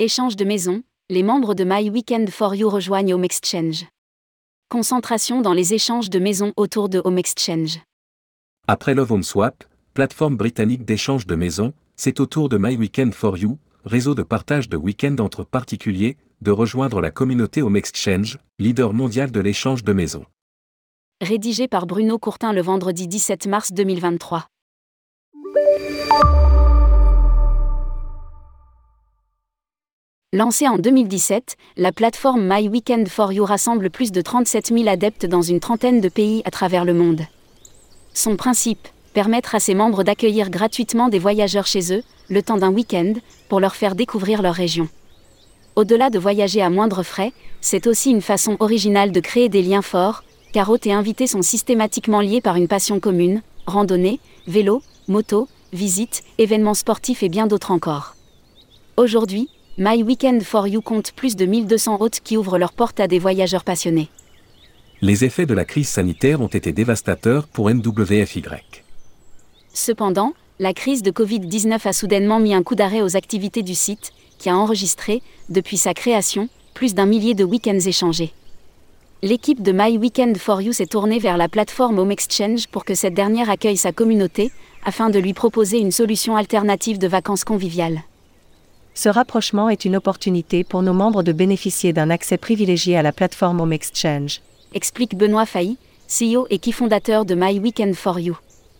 Échange de maisons, les membres de My Weekend for You rejoignent Home Exchange. Concentration dans les échanges de maisons autour de Home Exchange. Après Love Home Swap, plateforme britannique d'échange de maisons, c'est au tour de My Weekend for You, réseau de partage de week-end entre particuliers, de rejoindre la communauté Home Exchange, leader mondial de l'échange de maisons. Rédigé par Bruno Courtin le vendredi 17 mars 2023. Lancée en 2017, la plateforme My Weekend for You rassemble plus de 37 000 adeptes dans une trentaine de pays à travers le monde. Son principe, permettre à ses membres d'accueillir gratuitement des voyageurs chez eux, le temps d'un week-end, pour leur faire découvrir leur région. Au-delà de voyager à moindre frais, c'est aussi une façon originale de créer des liens forts, car hôtes et invités sont systématiquement liés par une passion commune, randonnée, vélo, moto, visites, événements sportifs et bien d'autres encore. Aujourd'hui, My Weekend for You compte plus de 1200 hôtes qui ouvrent leurs portes à des voyageurs passionnés. Les effets de la crise sanitaire ont été dévastateurs pour MWFY. Cependant, la crise de Covid-19 a soudainement mis un coup d'arrêt aux activités du site, qui a enregistré, depuis sa création, plus d'1 millier de week-ends échangés. L'équipe de My Weekend for You s'est tournée vers la plateforme Home Exchange pour que cette dernière accueille sa communauté, afin de lui proposer une solution alternative de vacances conviviales. Ce rapprochement est une opportunité pour nos membres de bénéficier d'un accès privilégié à la plateforme Home Exchange, explique Benoît Failly, CEO et cofondateur de My Weekend for You.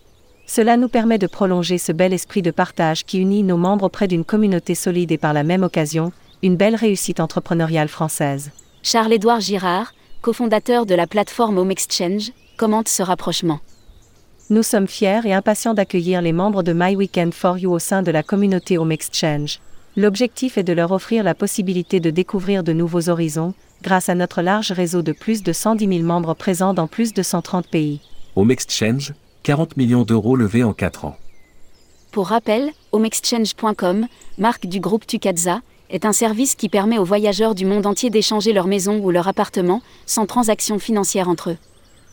Cela nous permet de prolonger ce bel esprit de partage qui unit nos membres auprès d'une communauté solide et par la même occasion, une belle réussite entrepreneuriale française. Charles-Édouard Girard, cofondateur de la plateforme Home Exchange, commente ce rapprochement. Nous sommes fiers et impatients d'accueillir les membres de My Weekend for You au sein de la communauté Home Exchange. L'objectif est de leur offrir la possibilité de découvrir de nouveaux horizons, grâce à notre large réseau de plus de 110 000 membres présents dans plus de 130 pays. Home Exchange, 40 millions d'euros levés en 4 ans. Pour rappel, homeexchange.com, marque du groupe Tucazza, est un service qui permet aux voyageurs du monde entier d'échanger leur maison ou leur appartement, sans transaction financière entre eux.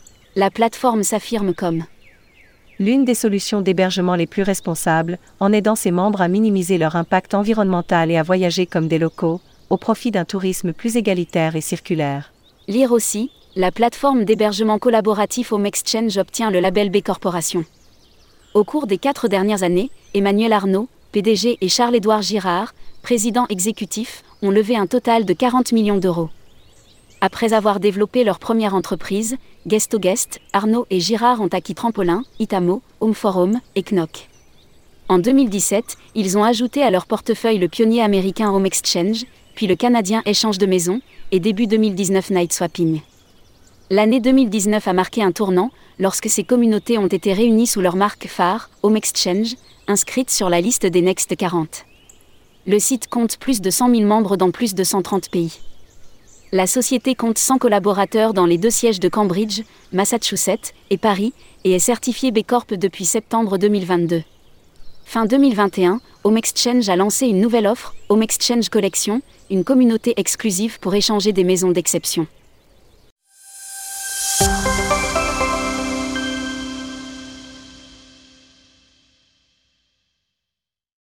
La plateforme s'affirme comme l'une des solutions d'hébergement les plus responsables, en aidant ses membres à minimiser leur impact environnemental et à voyager comme des locaux, au profit d'un tourisme plus égalitaire et circulaire. Lire aussi, la plateforme d'hébergement collaboratif Home Exchange obtient le label B Corporation. Au cours des 4 dernières années, Emmanuel Arnaud, PDG et Charles-Édouard Girard, président exécutif, ont levé un total de 40 millions d'euros. Après avoir développé leur première entreprise, Guest to Guest, Arnaud et Girard ont acquis Trampolin, Itamo, Home for Home et Knock. En 2017, ils ont ajouté à leur portefeuille le pionnier américain Home Exchange, puis le canadien Échange de maisons, et début 2019 Night Swapping. L'année 2019 a marqué un tournant, lorsque ces communautés ont été réunies sous leur marque phare, Home Exchange, inscrite sur la liste des Next 40. Le site compte plus de 100 000 membres dans plus de 130 pays. La société compte 100 collaborateurs dans les 2 sièges de Cambridge, Massachusetts et Paris, et est certifiée B Corp depuis septembre 2022. Fin 2021, Home Exchange a lancé une nouvelle offre, Home Exchange Collection, une communauté exclusive pour échanger des maisons d'exception.